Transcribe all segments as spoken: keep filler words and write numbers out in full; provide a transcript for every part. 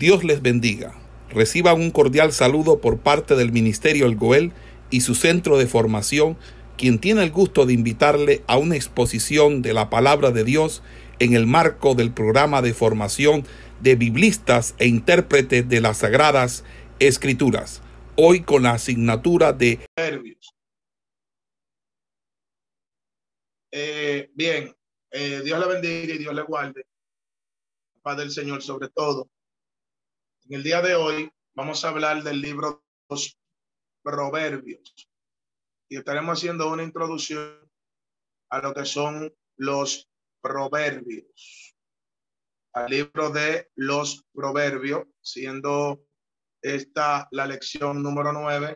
Dios les bendiga. Reciban un cordial saludo por parte del Ministerio El Goel y su centro de formación, quien tiene el gusto de invitarle a una exposición de la palabra de Dios en el marco del programa de formación de biblistas e intérpretes de las Sagradas Escrituras, hoy con la asignatura de Proverbios. Eh, bien, eh, Dios le bendiga y Dios le guarde. Paz del Señor sobre todo. En el día de hoy vamos a hablar del libro de los Proverbios y estaremos haciendo una introducción a lo que son los proverbios, al libro de los Proverbios, siendo esta la lección número nueve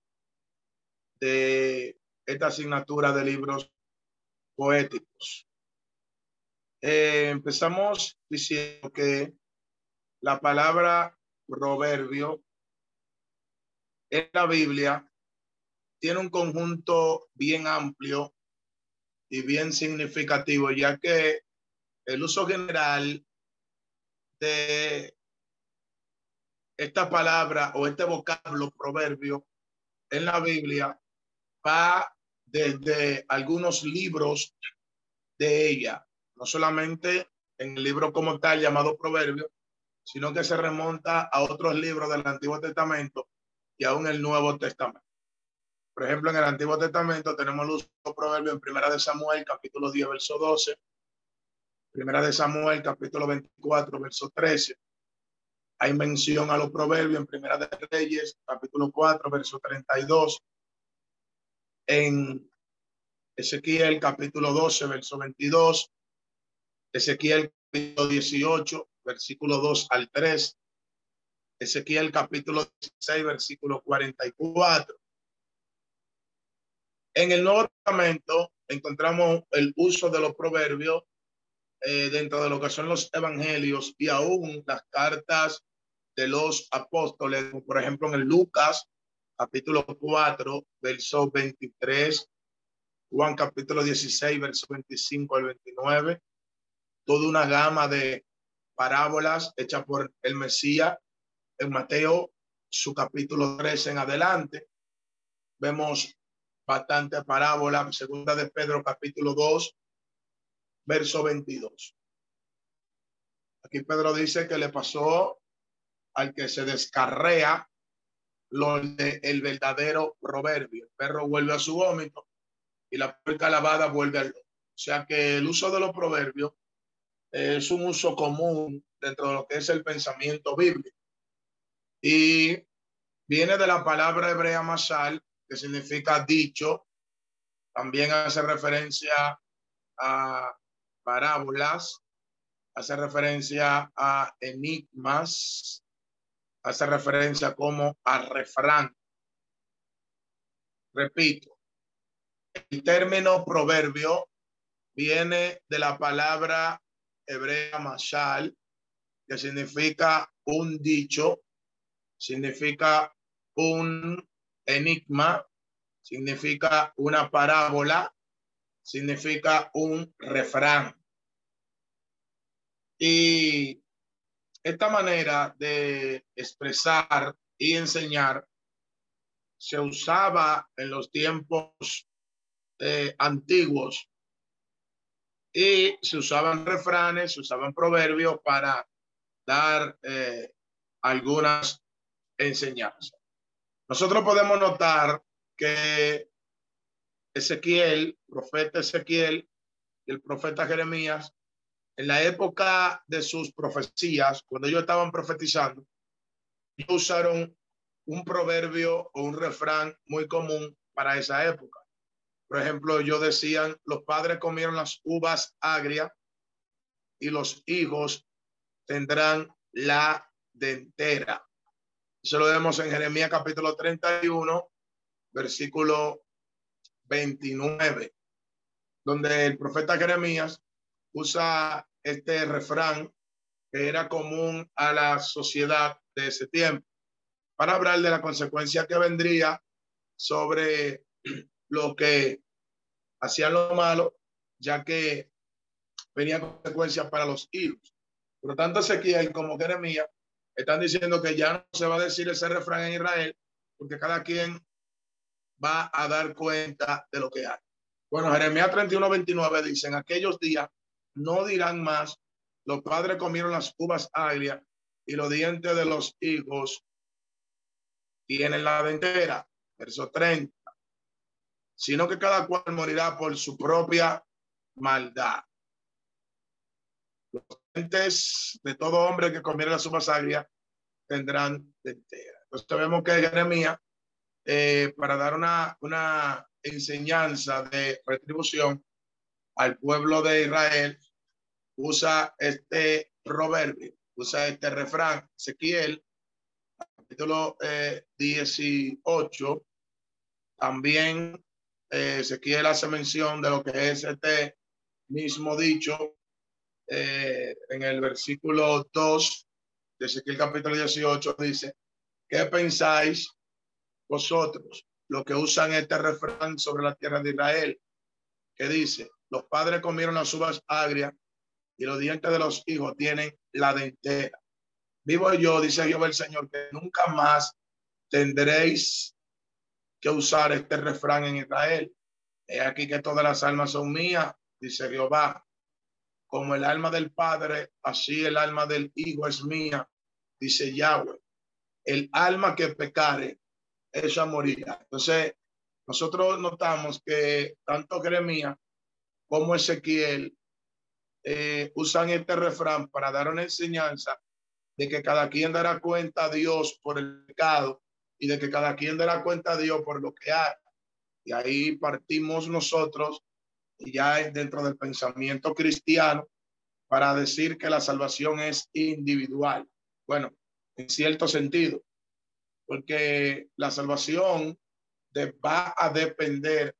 de esta asignatura de libros poéticos. Eh, empezamos diciendo que la palabra proverbio en la Biblia tiene un conjunto bien amplio y bien significativo, ya que el uso general de esta palabra o este vocablo proverbio en la Biblia va desde algunos libros de ella, no solamente en el libro como tal llamado Proverbio, sino que se remonta a otros libros del Antiguo Testamento y aún el Nuevo Testamento. Por ejemplo, en el Antiguo Testamento tenemos el uso de Proverbio en Primera de Samuel, capítulo diez, verso doce, Primera de Samuel, capítulo veinticuatro, verso trece. Hay mención a los proverbios en Primera de Reyes, capítulo cuatro, verso treinta y dos. En Ezequiel, capítulo doce, verso veintidós. Ezequiel, capítulo dieciocho, versículo dos al tres. Ezequiel, capítulo dieciséis, versículo cuarenta y cuatro. En el Nuevo Testamento encontramos el uso de los proverbios eh, dentro de lo que son los evangelios y aún las cartas de los apóstoles, por ejemplo en el Lucas capítulo cuatro, verso veintitrés, Juan capítulo dieciséis, verso veinticinco al veintinueve, toda una gama de parábolas hechas por el Mesías. En Mateo, su capítulo trece en adelante, vemos bastante parábola. Segunda de Pedro, capítulo dos, verso veintidós. Aquí Pedro dice que le pasó al que se descarrea lo de el verdadero proverbio. El perro vuelve a su vómito y la puerca lavada vuelve al lodo. O sea que el uso de los proverbios es un uso común dentro de lo que es el pensamiento bíblico. Y viene de la palabra hebrea masal, que significa dicho. También hace referencia a parábolas, hace referencia a enigmas, hace referencia como a refrán. Repito, el término proverbio viene de la palabra hebrea mashal, que significa un dicho, significa un enigma, significa una parábola, significa un refrán. Y esta manera de expresar y enseñar se usaba en los tiempos eh, antiguos, y se usaban refranes, se usaban proverbios para dar eh, algunas enseñanzas. Nosotros podemos notar que Ezequiel, profeta Ezequiel y el profeta Jeremías, en la época de sus profecías, cuando ellos estaban profetizando, ellos usaron un proverbio o un refrán muy común para esa época. Por ejemplo, ellos decían: los padres comieron las uvas agrias y los hijos tendrán la dentera. Eso lo vemos en Jeremías capítulo treinta y uno, versículo veintinueve, donde el profeta Jeremías usa este refrán que era común a la sociedad de ese tiempo, para hablar de la consecuencia que vendría sobre lo que hacían lo malo, ya que venía consecuencias para los hijos. Por lo tanto, Ezequiel como Jeremías Están diciendo que ya no se va a decir ese refrán en Israel porque cada quien va a dar cuenta de lo que hay. Bueno, Jeremías treinta y uno, veintinueve dice, en aquellos días no dirán más, los padres comieron las uvas agrias y los dientes de los hijos tienen la dentera. Verso treinta. Sino que cada cual morirá por su propia maldad. Los dientes de todo hombre que comiera las uvas agrias tendrán dentera. Entonces vemos que Jeremías, eh, para dar una, una enseñanza de retribución al pueblo de Israel, usa este proverbio, usa este refrán. Ezequiel, capítulo eh, dieciocho, también eh, Ezequiel hace mención de lo que es este mismo dicho eh, en el versículo dos de Ezequiel capítulo dieciocho, dice, ¿qué pensáis vosotros, los que usan este refrán sobre la tierra de Israel? Que dice, los padres comieron las uvas agrias y los dientes de los hijos tienen la dentera. Vivo yo, dice Jehová el Señor, que nunca más tendréis que usar este refrán en Israel. He aquí que todas las almas son mías, dice Jehová. Como el alma del Padre, así el alma del Hijo es mía, dice Yahweh. El alma que pecare, esa morirá. Entonces, nosotros notamos que tanto Jeremías como Ezequiel eh, usan este refrán para dar una enseñanza de que cada quien dará cuenta a Dios por el pecado y de que cada quien dará cuenta a Dios por lo que hay. Y ahí partimos nosotros ya dentro del pensamiento cristiano para decir que la salvación es individual. Bueno, en cierto sentido, porque la salvación de, va a depender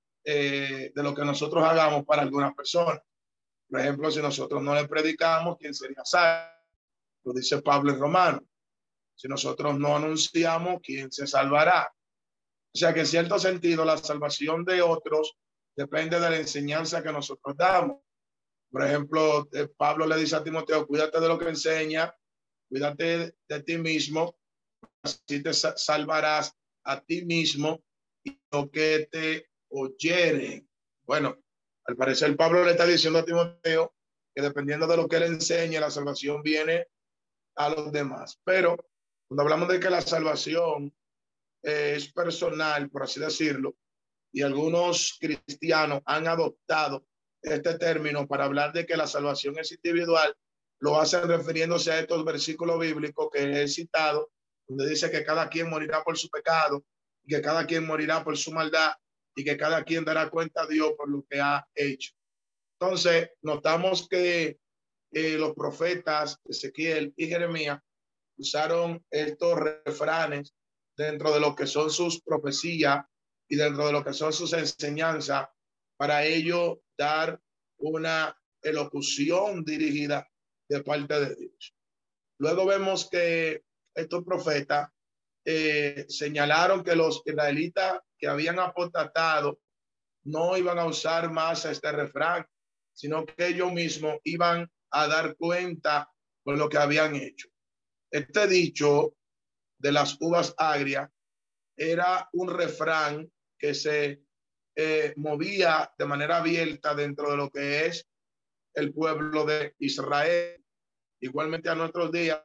eh, de lo que nosotros hagamos para algunas personas. Por ejemplo, si nosotros no le predicamos, ¿quién sería salvo? Lo dice Pablo en Romano. Si nosotros no anunciamos, ¿quién se salvará? O sea que en cierto sentido la salvación de otros depende de la enseñanza que nosotros damos. Por ejemplo, Pablo le dice a Timoteo, cuídate de lo que enseña, cuídate de ti mismo, así te salvarás a ti mismo y lo que te oyere. Bueno, al parecer Pablo le está diciendo a Timoteo que dependiendo de lo que él enseñe, la salvación viene a los demás. Pero cuando hablamos de que la salvación eh, es personal, por así decirlo, y algunos cristianos han adoptado este término para hablar de que la salvación es individual, lo hacen refiriéndose a estos versículos bíblicos que he citado, donde dice que cada quien morirá por su pecado, que cada quien morirá por su maldad y que cada quien dará cuenta a Dios por lo que ha hecho. Entonces, notamos que eh, los profetas Ezequiel y Jeremías usaron estos refranes dentro de lo que son sus profecías y dentro de lo que son sus enseñanzas para ello dar una elocución dirigida de parte de Dios. Luego vemos que estos profetas eh, señalaron que los israelitas que habían apostatado no iban a usar más este refrán, sino que ellos mismos iban a dar cuenta por lo que habían hecho. Este dicho de las uvas agrias era un refrán que se eh, movía de manera abierta dentro de lo que es el pueblo de Israel. Igualmente a nuestros días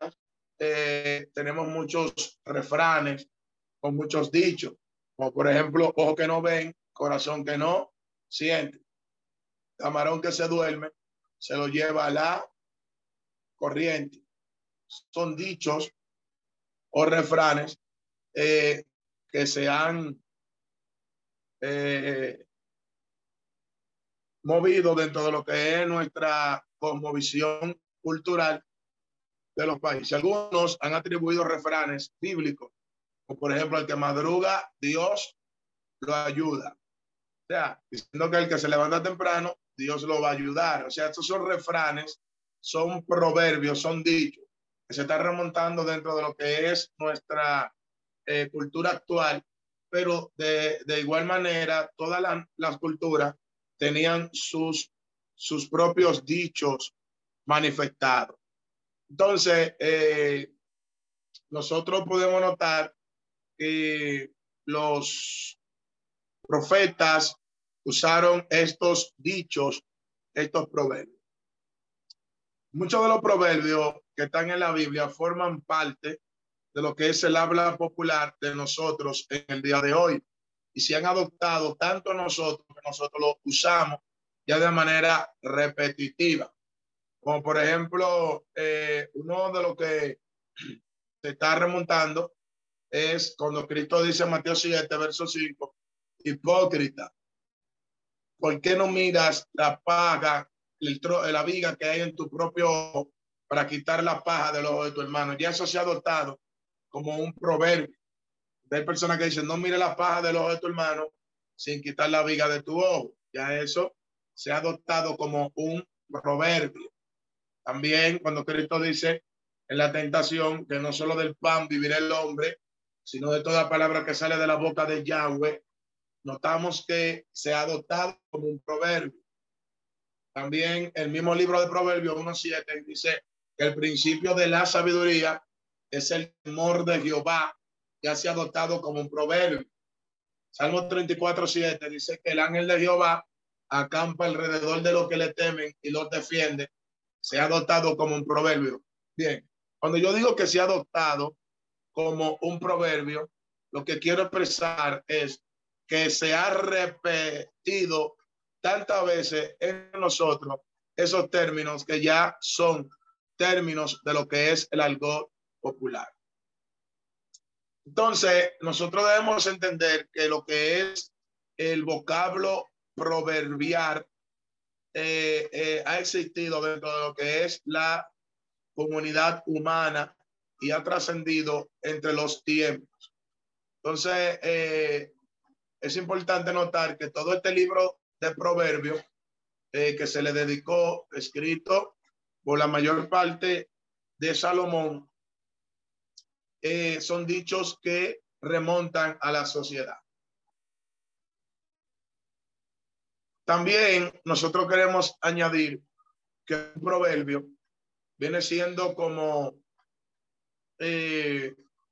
eh, tenemos muchos refranes con muchos dichos, como por ejemplo, ojo que no ven, corazón que no siente, camarón que se duerme, se lo lleva a la corriente. Son dichos o refranes eh, que se han eh, movido dentro de lo que es nuestra cosmovisión cultural de los países. Algunos han atribuido refranes bíblicos, como por ejemplo, el que madruga, Dios lo ayuda. O sea, diciendo que el que se levanta temprano, Dios lo va a ayudar. O sea, estos son refranes, son proverbios, son dichos que se están remontando dentro de lo que es nuestra eh, cultura actual, pero de, de igual manera todas la, las culturas tenían sus, sus propios dichos manifestados. Entonces, eh, nosotros podemos notar que los profetas usaron estos dichos, estos proverbios. Muchos de los proverbios que están en la Biblia forman parte de lo que es el habla popular de nosotros en el día de hoy y se han adoptado tanto nosotros que nosotros lo usamos ya de manera repetitiva. Como por ejemplo, eh, uno de los que se está remontando es cuando Cristo dice en Mateo siete, verso cinco, hipócrita, ¿por qué no miras la paja, el tro, la viga que hay en tu propio ojo para quitar la paja del ojo de tu hermano? Ya eso se ha adoptado como un proverbio. Hay personas que dicen, no mire la paja del ojo de tu hermano sin quitar la viga de tu ojo. Ya eso se ha adoptado como un proverbio. También cuando Cristo dice en la tentación que no solo del pan vivirá el hombre, sino de toda palabra que sale de la boca de Yahweh, notamos que se ha adoptado como un proverbio. También el mismo libro de Proverbios uno siete dice que el principio de la sabiduría es el temor de Jehová, ya se ha adoptado como un proverbio. Salmo treinta y cuatro siete dice que el ángel de Jehová acampa alrededor de los que le temen y los defiende. Se ha adoptado como un proverbio. Bien, cuando yo digo que se ha adoptado como un proverbio, lo que quiero expresar es que se ha repetido tantas veces en nosotros esos términos que ya son términos de lo que es el argot popular. Entonces, nosotros debemos entender que lo que es el vocablo proverbial eh, eh, ha existido dentro de lo que es la comunidad humana y ha trascendido entre los tiempos. Entonces, eh, es importante notar que todo este libro de proverbios eh, que se le dedicó, escrito por la mayor parte de Salomón, eh, son dichos que remontan a la sociedad. También nosotros queremos añadir que un proverbio viene siendo como eh,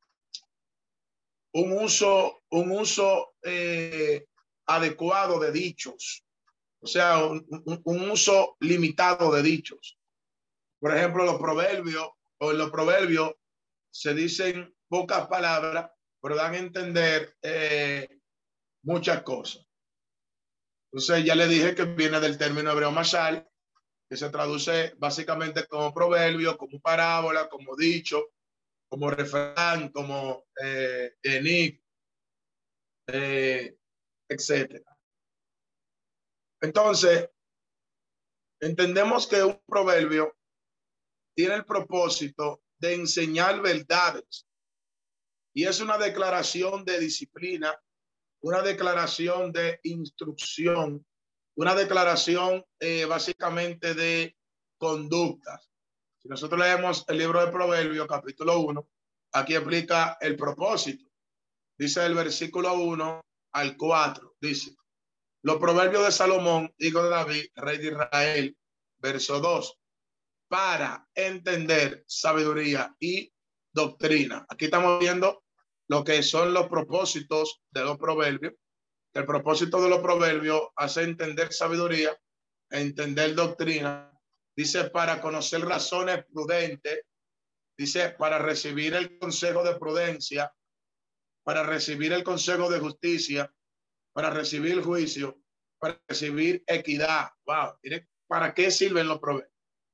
un uso, un uso eh, adecuado de dichos, o sea, un, un, un uso limitado de dichos. Por ejemplo, los proverbios, o en los proverbios se dicen pocas palabras, pero dan a entender eh, muchas cosas. Entonces, ya le dije que viene del término hebreo mashal, que se traduce básicamente como proverbio, como parábola, como dicho, como refrán, como eh, enig, eh, etcétera. Entonces, entendemos que un proverbio tiene el propósito de enseñar verdades y es una declaración de disciplina, una declaración de instrucción, una declaración eh, básicamente de conductas. Si nosotros leemos el libro de Proverbios, capítulo uno, aquí explica el propósito. Dice el versículo uno al cuatro, dice, los proverbios de Salomón, hijo de David, rey de Israel, verso dos, para entender sabiduría y doctrina. Aquí estamos viendo lo que son los propósitos de los proverbios. El propósito de los proverbios hace entender sabiduría, entender doctrina. Dice para conocer razones prudentes. Dice para recibir el consejo de prudencia, para recibir el consejo de justicia, para recibir juicio, para recibir equidad. Wow, mire, ¿para qué sirven los proverbios?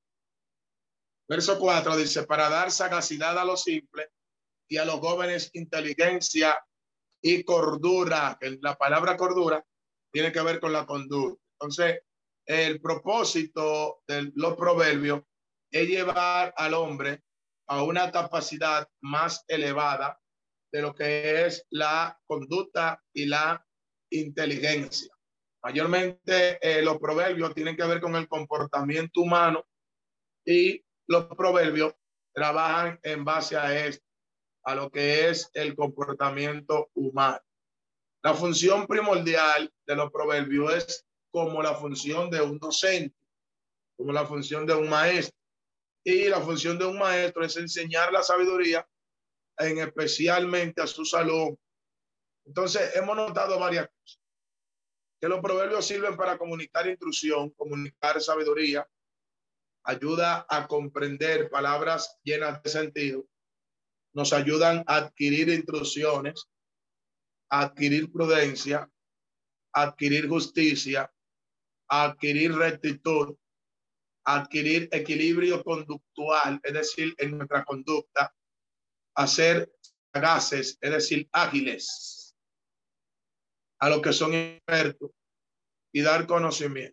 Verso cuatro dice, para dar sagacidad a los simples y a los jóvenes inteligencia y cordura. La palabra cordura tiene que ver con la conducta. Entonces, el propósito de los proverbios es llevar al hombre a una capacidad más elevada de lo que es la conducta y la inteligencia. Mayormente eh, los proverbios tienen que ver con el comportamiento humano y los proverbios trabajan en base a esto, a lo que es el comportamiento humano. La función primordial de los proverbios es como la función de un docente, como la función de un maestro. Y la función de un maestro es enseñar la sabiduría en especialmente a su salud. Entonces, hemos notado varias cosas. Que los proverbios sirven para comunicar instrucción, comunicar sabiduría, ayuda a comprender palabras llenas de sentido, nos ayudan a adquirir instrucciones, a adquirir prudencia, a adquirir justicia, a adquirir rectitud, a adquirir equilibrio conductual, es decir, en nuestra conducta, a ser sagaces, es decir, ágiles, a los que son expertos y dar conocimiento.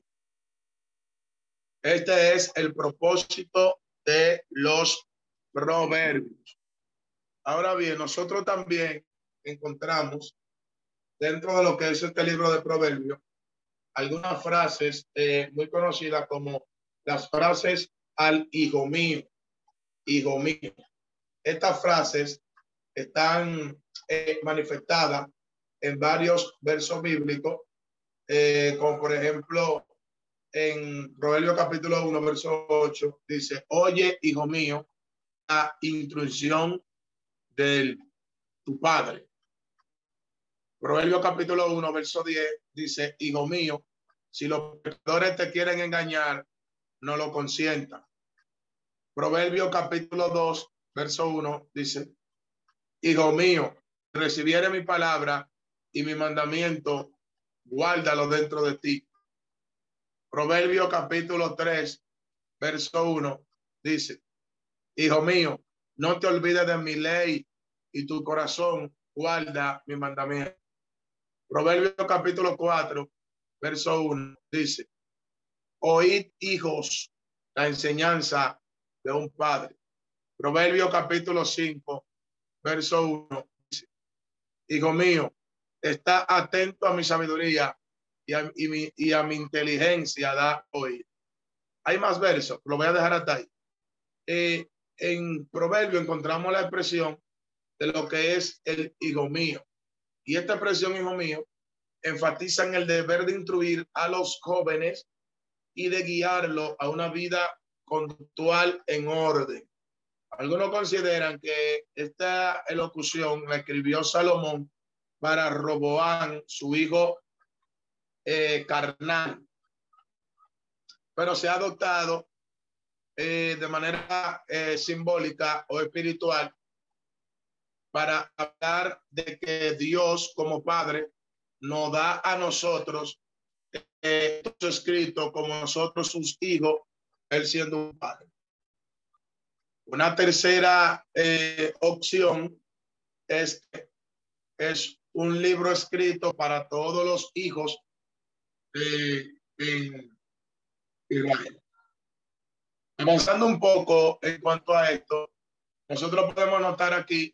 Este es el propósito de los proverbios. Ahora bien, nosotros también encontramos dentro de lo que es este libro de proverbios algunas frases eh, muy conocidas como las frases al hijo mío, hijo mío. Estas frases están eh, manifestadas en varios versos bíblicos, eh, como por ejemplo en Proverbios capítulo uno, verso ocho, dice: oye, hijo mío, la instrucción de tu padre. Proverbios capítulo uno, verso diez, dice: hijo mío, si los pecadores te quieren engañar, no lo consientan. Proverbios capítulo dos, verso uno, dice: hijo mío, si recibiere mi palabra y mi mandamiento, guárdalo dentro de ti. Proverbios capítulo tres, verso uno, dice: hijo mío, no te olvides de mi ley y tu corazón guarda mi mandamiento. Proverbios capítulo cuatro, verso uno, dice: oíd, hijos, la enseñanza de un padre. Proverbios capítulo cinco, verso uno, dice: hijo mío, está atento a mi sabiduría y a, y mi, y a mi inteligencia da oír. Hay más versos, lo voy a dejar hasta ahí. Eh, en Proverbio encontramos la expresión de lo que es el hijo mío. Y esta expresión, hijo mío, enfatiza en el deber de instruir a los jóvenes y de guiarlo a una vida conductual en orden. Algunos consideran que esta elocución la escribió Salomón para Roboán, su hijo eh, carnal, pero se ha adoptado eh, de manera eh, simbólica o espiritual para hablar de que Dios como Padre nos da a nosotros eh, escrito como nosotros sus hijos, él siendo un padre. Una tercera eh, opción es, es un libro escrito para todos los hijos de, de Israel. Avanzando un poco en cuanto a esto, nosotros podemos notar aquí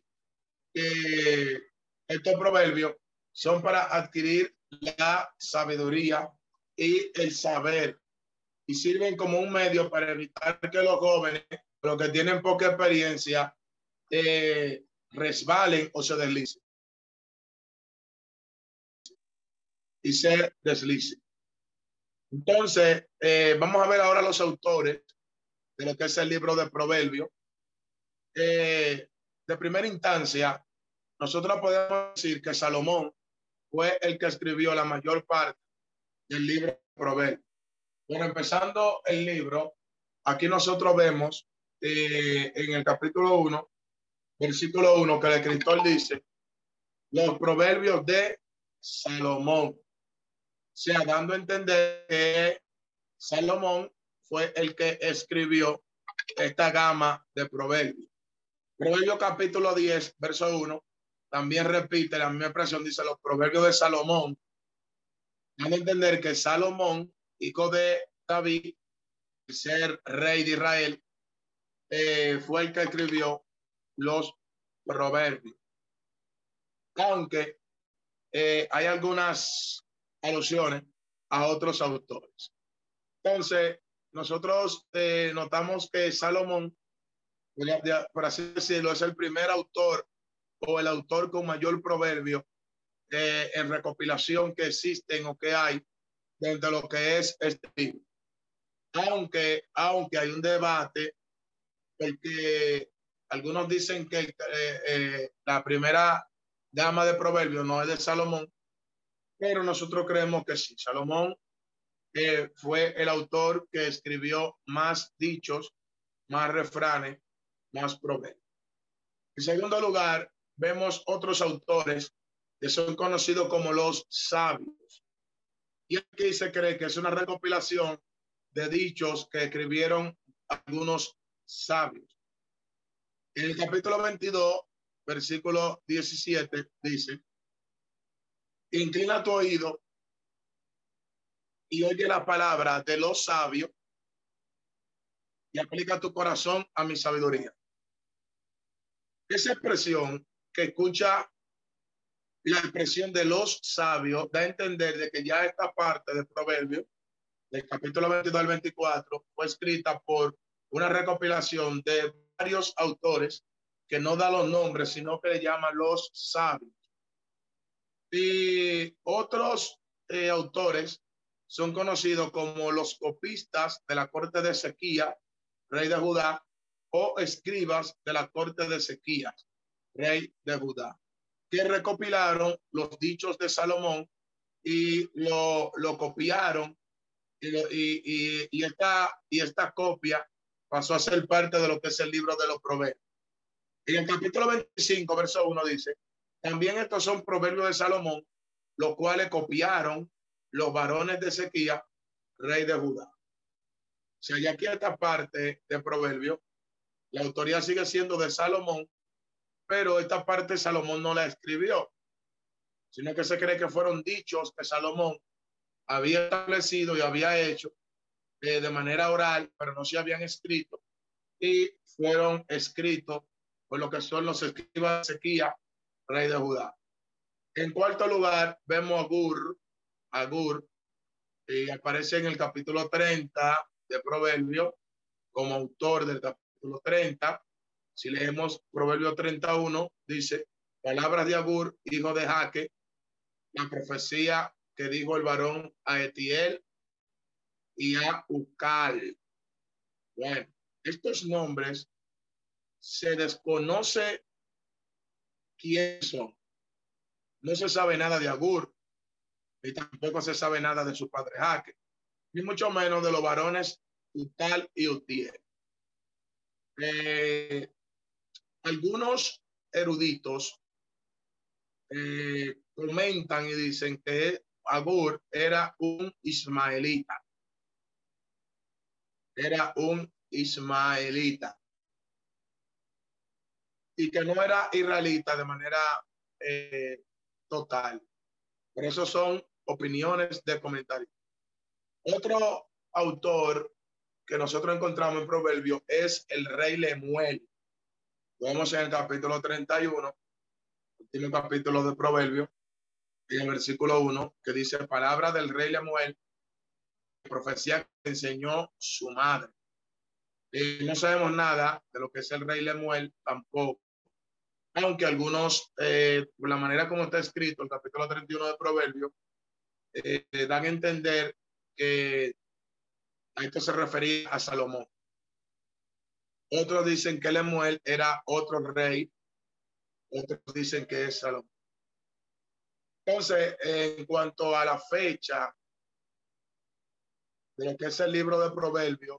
que estos proverbios son para adquirir la sabiduría y el saber, y sirven como un medio para evitar que los jóvenes, los que tienen poca experiencia, eh, resbalen o se deslicen y se deslicen. Entonces, eh, vamos a ver ahora los autores de lo que es el libro de Proverbios. Eh, de primera instancia, nosotros podemos decir que Salomón fue el que escribió la mayor parte del libro de Proverbios. Bueno, empezando el libro, aquí nosotros vemos eh, en el capítulo uno, versículo uno, que el escritor dice: los proverbios de Salomón. O sea, dando a entender que Salomón fue el que escribió esta gama de proverbios. Proverbios capítulo diez, verso uno, también repite la misma expresión, dice: los proverbios de Salomón, dando a entender que Salomón, hijo de David, ser rey de Israel, eh, fue el que escribió los proverbios. Aunque eh, hay algunas alusiones a otros autores. Entonces, nosotros eh, notamos que Salomón, por así decirlo, es el primer autor o el autor con mayor proverbio eh, en recopilación que existen o que hay dentro de lo que es este libro. Aunque, aunque hay un debate, porque algunos dicen que eh, eh, la primera dama de Proverbios no es de Salomón, pero nosotros creemos que sí. Salomón eh, fue el autor que escribió más dichos, más refranes, más proverbios. En segundo lugar, vemos otros autores que son conocidos como los sabios. Y aquí se cree que es una recopilación de dichos que escribieron algunos sabios. En el capítulo veintidós, versículo diecisiete, dice: inclina tu oído y oye la palabra de los sabios y aplica tu corazón a mi sabiduría. Esa expresión que escucha, la expresión de los sabios, da a entender de que ya esta parte de Proverbios, del capítulo veintidós al veinticuatro, fue escrita por una recopilación de varios autores que no da los nombres, sino que le llaman los sabios. Y otros eh, autores son conocidos como los copistas de la corte de Ezequías, rey de Judá, o escribas de la corte de Ezequías, rey de Judá, que recopilaron los dichos de Salomón y lo, lo copiaron y, lo, y, y, y, esta, y esta copia pasó a ser parte de lo que es el libro de los proverbios. En el capítulo veinticinco, verso uno dice: también estos son proverbios de Salomón, los cuales copiaron los varones de Ezequías, rey de Judá. O sea, ya aquí esta parte de proverbio, la autoría sigue siendo de Salomón, pero esta parte Salomón no la escribió, sino que se cree que fueron dichos que Salomón había establecido y había hecho eh, de manera oral, pero no se habían escrito, y fueron escritos por lo que son los escribas de Ezequías, rey de Judá. En cuarto lugar, vemos a Gur, a Gur, y aparece en el capítulo treinta de Proverbios como autor del capítulo treinta. Si leemos Proverbio treinta y uno, dice: palabras de Agur, hijo de Jaque, la profecía que dijo el varón a Etiel y a Ucal. Bueno, estos nombres se desconoce quiénes son. No se sabe nada de Agur, ni tampoco se sabe nada de su padre Jaque, ni mucho menos de los varones Ucal y Utiel. Eh, algunos eruditos eh, comentan y dicen que Agur era un ismaelita. Era un ismaelita. Y que no era israelita de manera eh, total. Por eso son opiniones de comentarios. Otro autor que nosotros encontramos en Proverbio es el rey Lemuel. Lo vemos en el capítulo treinta y uno, último capítulo de Proverbio, en el versículo uno, que dice: palabra del rey Lemuel, profecía que enseñó su madre. Y no sabemos nada de lo que es el rey Lemuel tampoco, aunque algunos, eh, por la manera como está escrito el capítulo treinta y uno de Proverbios, eh, dan a entender que a esto se refería a Salomón. Otros dicen que Lemuel era otro rey, otros dicen que es Salomón. Entonces, en cuanto a la fecha de lo que es el libro de Proverbios,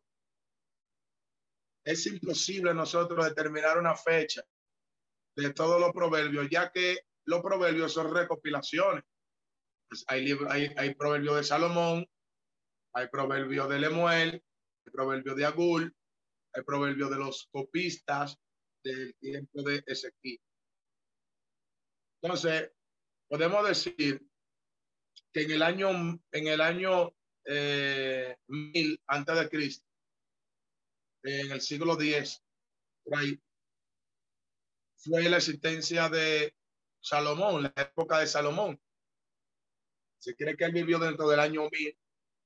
es imposible nosotros determinar una fecha de todos los proverbios, ya que los proverbios son recopilaciones. Pues hay, hay, hay proverbios de Salomón, hay proverbios de Lemuel, hay proverbios de Agur, hay proverbios de los copistas del tiempo de Ezequiel. Entonces, podemos decir que en el año, en el año eh, mil antes de Cristo, en el siglo diez, por ahí, fue la existencia de Salomón, la época de Salomón. Se cree que él vivió dentro del año mil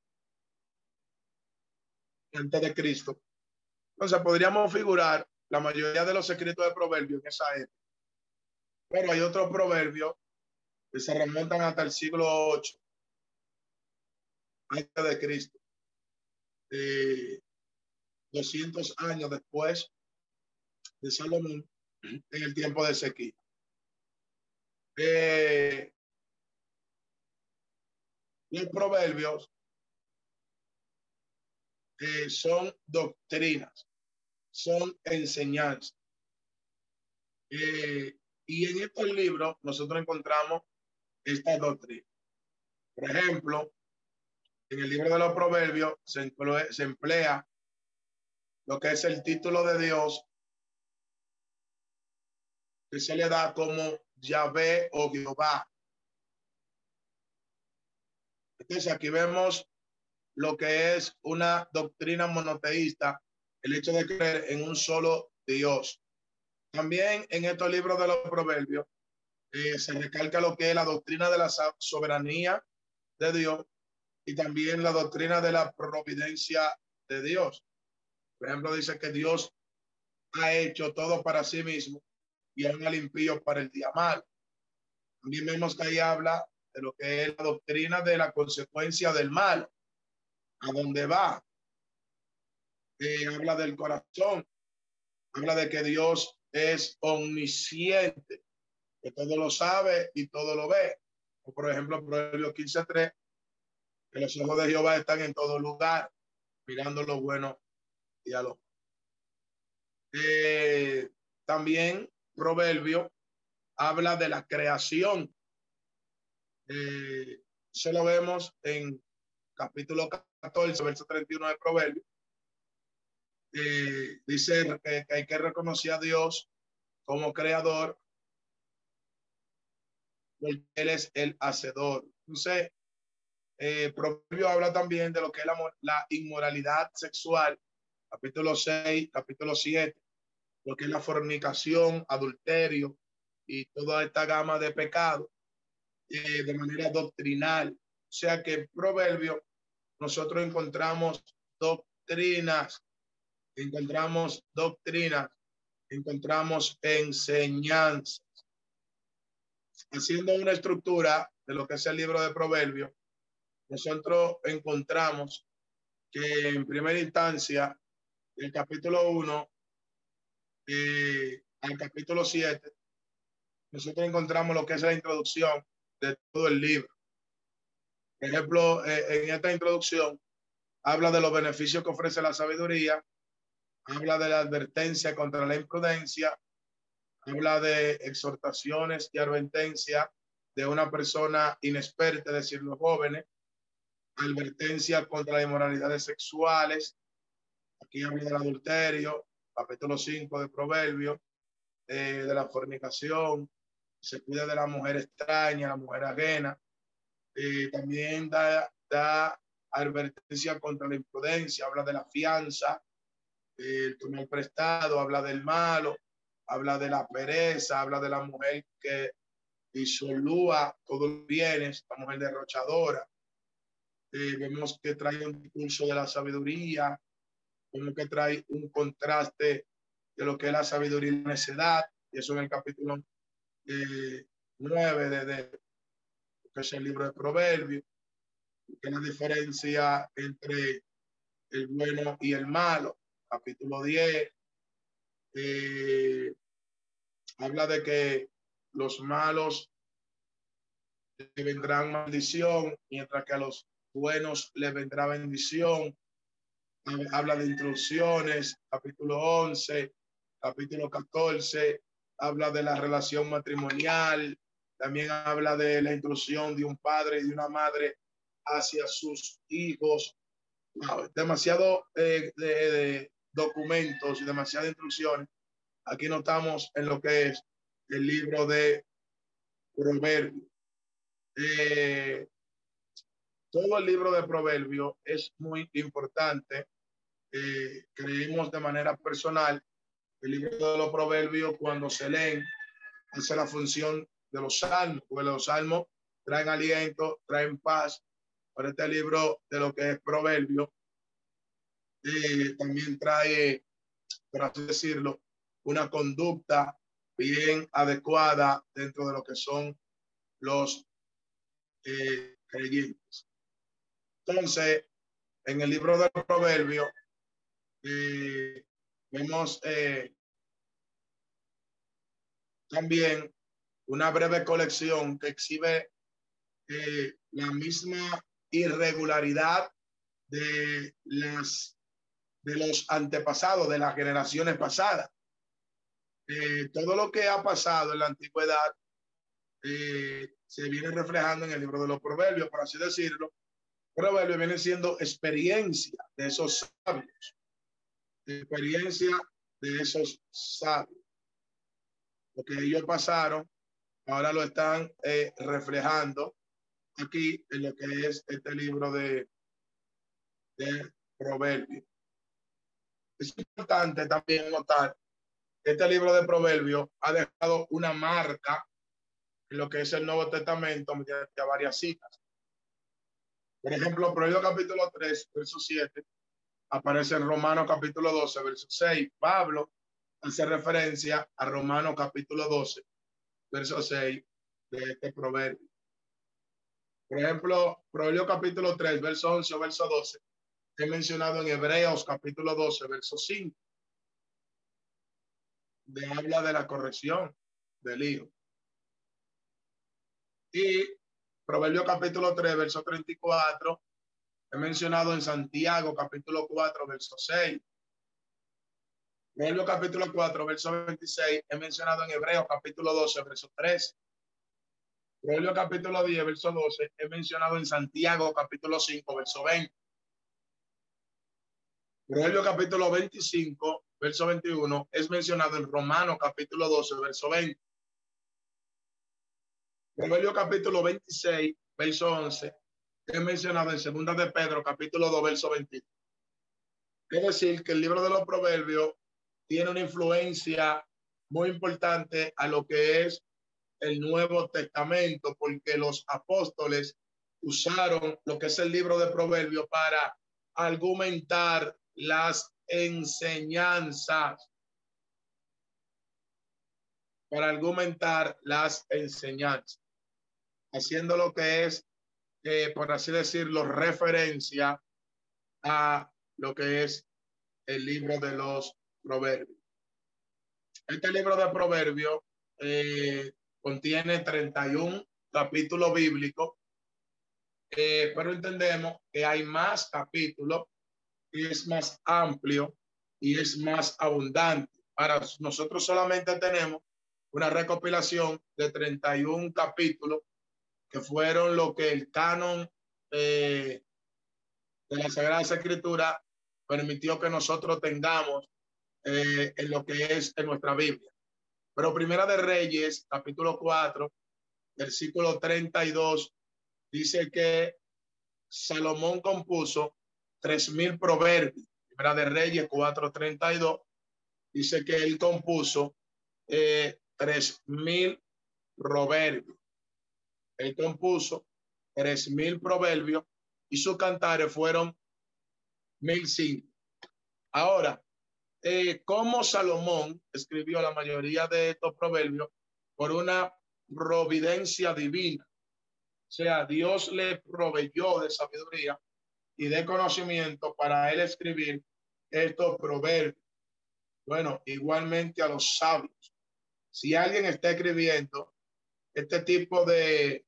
antes de Cristo. Entonces podríamos figurar la mayoría de los escritos de proverbios en esa época. Pero hay otros proverbios que se remontan hasta el siglo ocho antes de Cristo. Eh, doscientos años después de Salomón en el tiempo de sequía. Eh, los proverbios eh, son doctrinas, son enseñanzas. Eh, y en estos libros nosotros encontramos esta doctrina. Por ejemplo, en el libro de los proverbios se emplea, se emplea lo que es el título de Dios, que se le da como Yahvé o Jehová. Entonces aquí vemos lo que es una doctrina monoteísta, el hecho de creer en un solo Dios. También en estos libros de los proverbios eh, se recalca lo que es la doctrina de la soberanía de Dios y también la doctrina de la providencia de Dios. Por ejemplo, dice que Dios ha hecho todo para sí mismo y aún al impío para el día mal. También vemos que ahí habla de lo que es la doctrina de la consecuencia del mal, a dónde va. Eh, habla del corazón, habla de que Dios es omnisciente, que todo lo sabe y todo lo ve. O por ejemplo, Proverbios quince tres, que los ojos de Jehová están en todo lugar, mirando lo bueno y a lo malo. Eh, también Proverbio habla de la creación. Eh, eso lo vemos en capítulo catorce, verso treinta y uno de Proverbio. Eh, dice que, que hay que reconocer a Dios como creador, porque Él es el hacedor. Entonces, eh, Proverbio habla también de lo que es la, la inmoralidad sexual, capítulo seis, capítulo siete, lo que es la fornicación, adulterio y toda esta gama de pecados eh, de manera doctrinal. O sea que en Proverbio nosotros encontramos doctrinas, encontramos doctrinas, encontramos enseñanzas. Haciendo una estructura de lo que es el libro de Proverbios, nosotros encontramos que en primera instancia, el capítulo uno eh, al capítulo siete, nosotros encontramos lo que es la introducción de todo el libro. Por ejemplo, eh, en esta introducción habla de los beneficios que ofrece la sabiduría, habla de la advertencia contra la imprudencia, habla de exhortaciones y advertencia de una persona inexperta, es decir, los jóvenes, advertencia contra las inmoralidades sexuales, aquí habla del adulterio, capítulo cinco de Proverbios, eh, de la fornicación, se cuida de la mujer extraña, la mujer ajena, eh, también da, da advertencia contra la imprudencia, habla de la fianza, eh, el tomar prestado, habla del malo, habla de la pereza, habla de la mujer que disolúa todos los bienes, la mujer derrochadora. Eh, vemos que trae un discurso de la sabiduría, como que trae un contraste de lo que es la sabiduría y la necedad, y eso en el capítulo eh, nueve de, de que es el libro de Proverbios, que es la diferencia entre el bueno y el malo. Capítulo diez eh, habla de que los malos le vendrán maldición, mientras que a los buenos le vendrá bendición. Habla de instrucciones, capítulo once, capítulo catorce, habla de la relación matrimonial, también habla de la instrucción de un padre y de una madre hacia sus hijos. Wow, demasiado eh, de, de documentos y demasiadas instrucciones. Aquí notamos en lo que es el libro de Proverbios. Eh, todo el libro de Proverbios es muy importante. Eh, creímos de manera personal el libro de los Proverbios, cuando se leen, hace la función de los salmos, porque los salmos traen aliento, traen paz. Pero este libro de lo que es Proverbio eh, también trae, por así decirlo, una conducta bien adecuada dentro de lo que son los eh, creyentes. Entonces, en el libro de Proverbios eh, vemos eh, también una breve colección que exhibe eh, la misma irregularidad de, las, de los antepasados, de las generaciones pasadas. Eh, todo lo que ha pasado en la antigüedad eh, se viene reflejando en el libro de los Proverbios, por así decirlo. Proverbios viene siendo experiencia de esos sabios, experiencia de esos sabios. Lo que ellos pasaron, ahora lo están eh, reflejando aquí en lo que es este libro de, de Proverbios. Es importante también notar que este libro de Proverbios ha dejado una marca en lo que es el Nuevo Testamento mediante varias citas. Por ejemplo, Proverbios capítulo tres, verso siete, aparece en Romanos capítulo doce, verso seis. Pablo hace referencia a Romanos capítulo doce, verso seis de este proverbio. Por ejemplo, Proverbios capítulo tres, verso once o verso doce, he mencionado en Hebreos capítulo doce, verso cinco, de habla de la corrección del hijo. Y Proverbios capítulo tres, verso treinta y cuatro, he mencionado en Santiago capítulo cuatro, verso seis. Proverbios capítulo cuatro, verso veintiséis, he mencionado en Hebreos capítulo doce, verso tres. Proverbios capítulo diez, verso doce, he mencionado en Santiago capítulo cinco, verso veinte. Proverbios capítulo veinticinco, verso veintiuno, es mencionado en Romanos capítulo doce, verso veinte. Proverbios capítulo veintiséis, verso once, es mencionado en Segunda de Pedro capítulo dos, verso veintidós. Es decir, que el libro de los Proverbios tiene una influencia muy importante a lo que es el Nuevo Testamento, porque los apóstoles usaron lo que es el libro de Proverbios para argumentar las enseñanzas, para argumentar las enseñanzas, haciendo lo que es, eh, por así decirlo, referencia a lo que es el libro de los Proverbios. Este libro de Proverbios eh, contiene treinta y uno capítulos bíblicos, eh, pero entendemos que hay más capítulos y es más amplio y es más abundante. Para nosotros solamente tenemos una recopilación de treinta y uno capítulos que fueron lo que el canon eh, de la Sagrada Escritura permitió que nosotros tengamos eh, en lo que es en nuestra Biblia. Pero Primera de Reyes, capítulo cuatro, versículo treinta y dos, dice que Salomón compuso tres mil proverbios. Primera de Reyes cuatro treinta y dos dice que él compuso eh, tres mil proverbios. Él compuso tres mil proverbios y sus cantares fueron mil cinco. Ahora, eh, ¿cómo Salomón escribió la mayoría de estos proverbios? Por una providencia divina. O sea, Dios le proveyó de sabiduría y de conocimiento para él escribir estos proverbios. Bueno, igualmente a los sabios. Si alguien está escribiendo este tipo de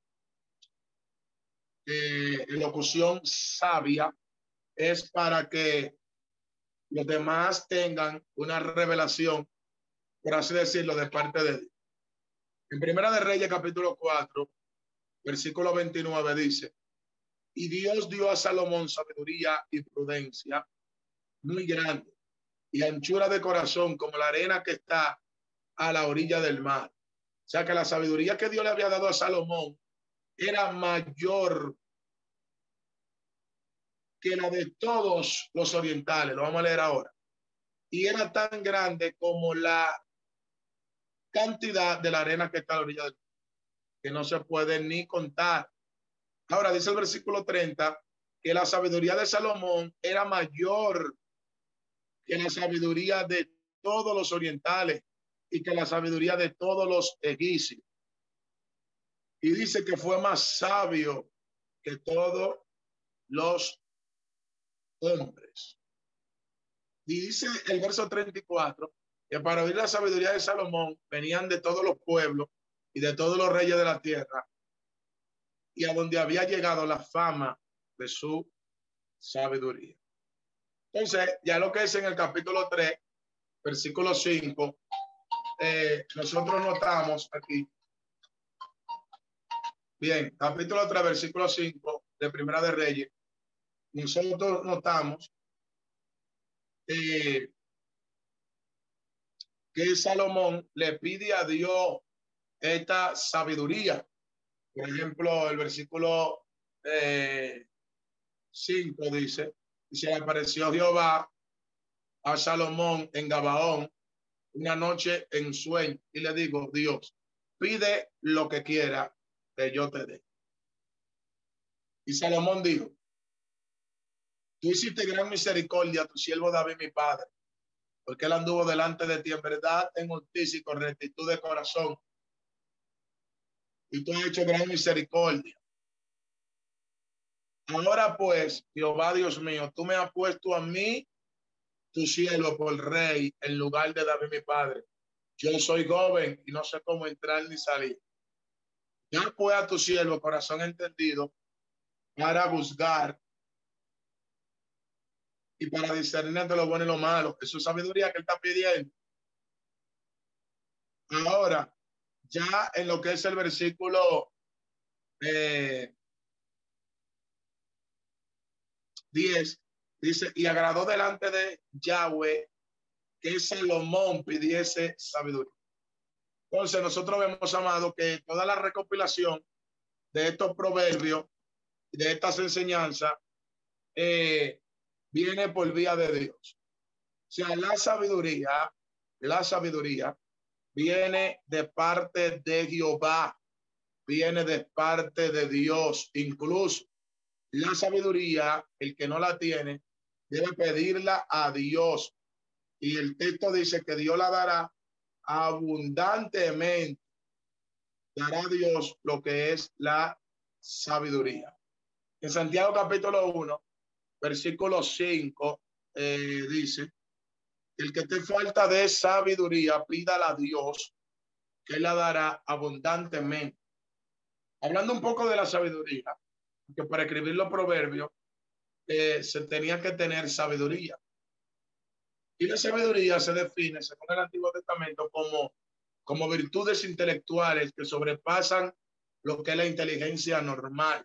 eh, locución sabia, es para que los demás tengan una revelación, por así decirlo, de parte de Dios. En Primera de Reyes, capítulo cuatro, versículo veintinueve, dice: y Dios dio a Salomón sabiduría y prudencia muy grande y anchura de corazón como la arena que está a la orilla del mar. O sea que la sabiduría que Dios le había dado a Salomón era mayor que la de todos los orientales. Lo vamos a leer ahora. Y era tan grande como la cantidad de la arena que está a la orilla del mar, que no se puede ni contar. Ahora dice el versículo treinta que la sabiduría de Salomón era mayor que la sabiduría de todos los orientales y que la sabiduría de todos los egipcios. Y dice que fue más sabio que todos los hombres. Y dice el verso treinta y cuatro que para oír la sabiduría de Salomón venían de todos los pueblos y de todos los reyes de la tierra, y a donde había llegado la fama de su sabiduría. Entonces, ya lo que es en el capítulo tres, versículo cinco, eh, nosotros notamos aquí, bien, capítulo tres, versículo cinco de Primera de Reyes, nosotros notamos eh, que Salomón le pide a Dios esta sabiduría. Por ejemplo, el versículo eh, cinco dice, y se le apareció Jehová a Salomón en Gabaón una noche en sueño, y le digo, Dios, pide lo que quiera que yo te dé. Y Salomón dijo, tú hiciste gran misericordia a tu siervo David, mi padre, porque él anduvo delante de ti en verdad, en justicia y con rectitud de corazón, y tú has hecho gran misericordia. Ahora pues, Jehová Dios mío, tú me has puesto a mí, tu siervo, por rey, en lugar de David, mi padre. Yo soy joven y no sé cómo entrar ni salir. Ya pues a tu siervo, corazón entendido, para juzgar y para discernir entre lo bueno y lo malo. Es su sabiduría que él está pidiendo. Ahora, ya en lo que es el versículo eh, diez, dice, y agradó delante de Yahweh que Salomón pidiese sabiduría. Entonces nosotros vemos, amado, que toda la recopilación de estos proverbios, de estas enseñanzas, eh, viene por vía de Dios. O sea, la sabiduría, la sabiduría viene de parte de Jehová, viene de parte de Dios. Incluso la sabiduría, el que no la tiene, debe pedirla a Dios. Y el texto dice que Dios la dará abundantemente. Dará Dios lo que es la sabiduría. En Santiago capítulo uno, versículo cinco, eh, dice, el que te falta de sabiduría, pídala a Dios, que la dará abundantemente. Hablando un poco de la sabiduría, que para escribir los proverbios eh, se tenía que tener sabiduría. Y la sabiduría se define, según el Antiguo Testamento, como, como virtudes intelectuales que sobrepasan lo que es la inteligencia normal.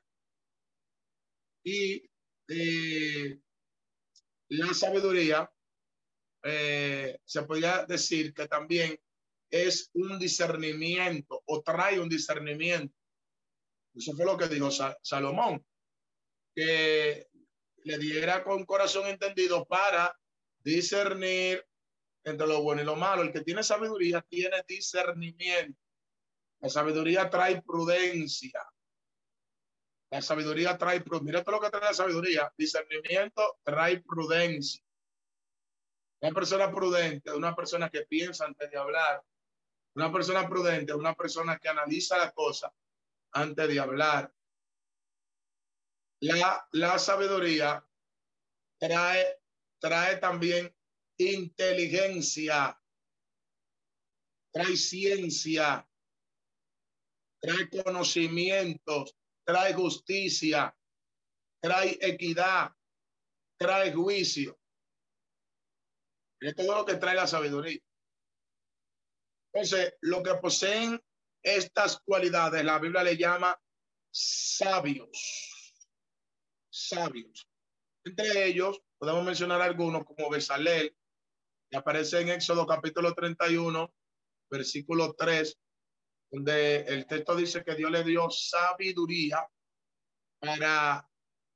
Y eh, la sabiduría eh, se podría decir que también es un discernimiento o trae un discernimiento. Eso fue lo que dijo Salomón, que le diera con corazón entendido para discernir entre lo bueno y lo malo. El que tiene sabiduría tiene discernimiento. La sabiduría trae prudencia. La sabiduría trae prudencia. Mira todo lo que trae la sabiduría. Discernimiento trae prudencia. Una persona prudente, una persona que piensa antes de hablar. Una persona prudente, una persona que analiza la cosa antes de hablar. La, la sabiduría trae, trae también inteligencia, trae ciencia, trae conocimientos, trae justicia, trae equidad, trae juicio. Es todo lo que trae la sabiduría. Entonces, lo que poseen estas cualidades, la Biblia le llama sabios. Sabios. Entre ellos, podemos mencionar algunos como Bezalel, que aparece en Éxodo capítulo treinta y uno, versículo tres, donde el texto dice que Dios le dio sabiduría para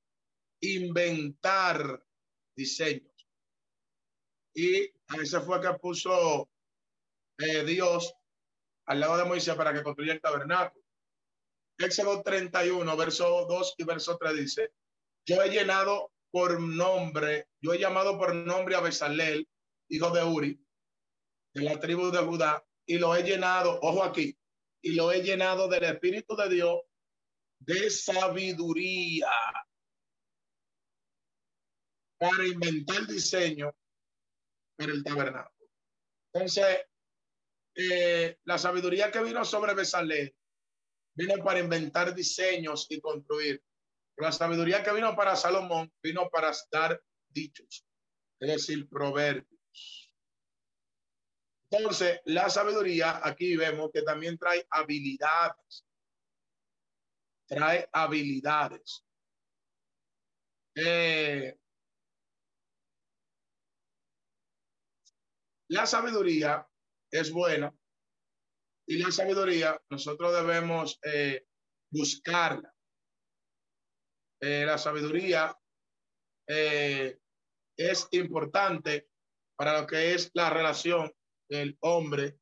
inventar diseños. Y a ese fue que puso eh, Dios al lado de Moisés para que construya el tabernáculo. Éxodo treinta y uno, verso dos y verso tres dice, yo he llenado por nombre, yo he llamado por nombre a Bezalel, hijo de Uri, de la tribu de Judá, y lo he llenado, ojo aquí, y lo he llenado del Espíritu de Dios de sabiduría para inventar diseño para el tabernáculo. Entonces, eh, la sabiduría que vino sobre Bezalel vino para inventar diseños y construir. La sabiduría que vino para Salomón vino para dar dichos, es decir, proverbios. Entonces, la sabiduría, aquí vemos que también trae habilidades. Trae habilidades. Eh, la sabiduría es buena y la sabiduría nosotros debemos eh, buscarla. Eh, la sabiduría eh, es importante para lo que es la relación del hombre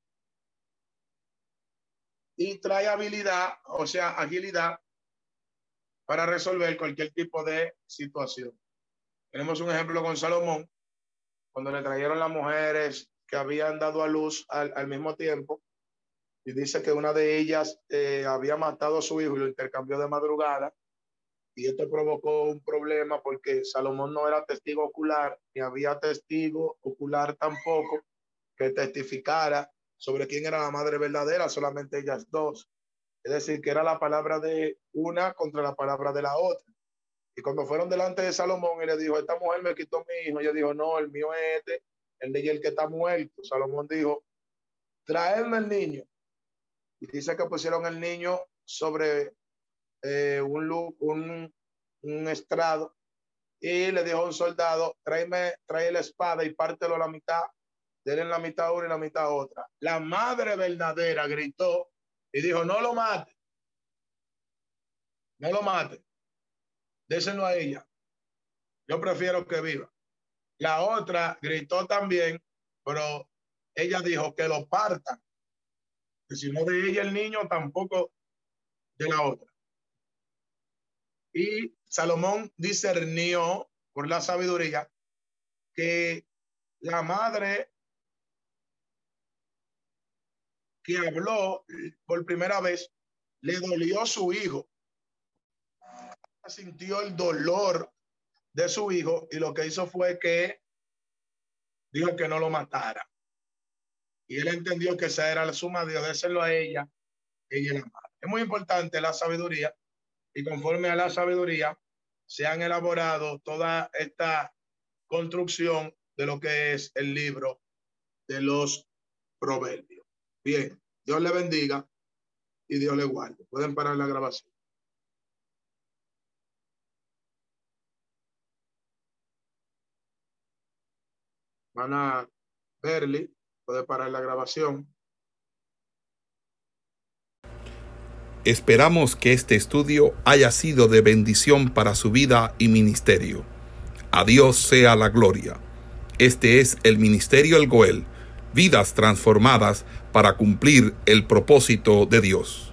y trae habilidad, o sea, agilidad para resolver cualquier tipo de situación. Tenemos un ejemplo con Salomón, cuando le trajeron las mujeres que habían dado a luz al, al mismo tiempo, y dice que una de ellas eh, había matado a su hijo y lo intercambió de madrugada, y esto provocó un problema porque Salomón no era testigo ocular, ni había testigo ocular tampoco que testificara sobre quién era la madre verdadera, solamente ellas dos. Es decir, que era la palabra de una contra la palabra de la otra. Y cuando fueron delante de Salomón y le dijo, esta mujer me quitó mi hijo, ella dijo, no, el mío es este, el de ella el que está muerto. Salomón dijo, traedme el niño. Y dice que pusieron el niño sobre eh, un, un, un estrado y le dijo a un soldado, tráeme, trae la espada y pártelo a la mitad, denle en la mitad una y la mitad otra. La madre verdadera gritó y dijo, no lo mate, no lo mate, déselo a ella, yo prefiero que viva. La otra gritó también, pero ella dijo que lo partan, que si no de ella el niño, tampoco de la otra. Y Salomón discernió por la sabiduría que la madre que habló por primera vez le dolió su hijo, sintió el dolor de su hijo y lo que hizo fue que dijo que no lo matara. Y él entendió que esa era la suma de dárselo a ella, ella y la madre. Es muy importante la sabiduría y conforme a la sabiduría se han elaborado toda esta construcción de lo que es el libro de los proverbios. Bien, Dios le bendiga y Dios le guarde. Pueden parar la grabación. Hermana Berly, puede parar la grabación. Esperamos que este estudio haya sido de bendición para su vida y ministerio. A Dios sea la gloria. Este es el Ministerio El Goel, vidas transformadas para cumplir el propósito de Dios.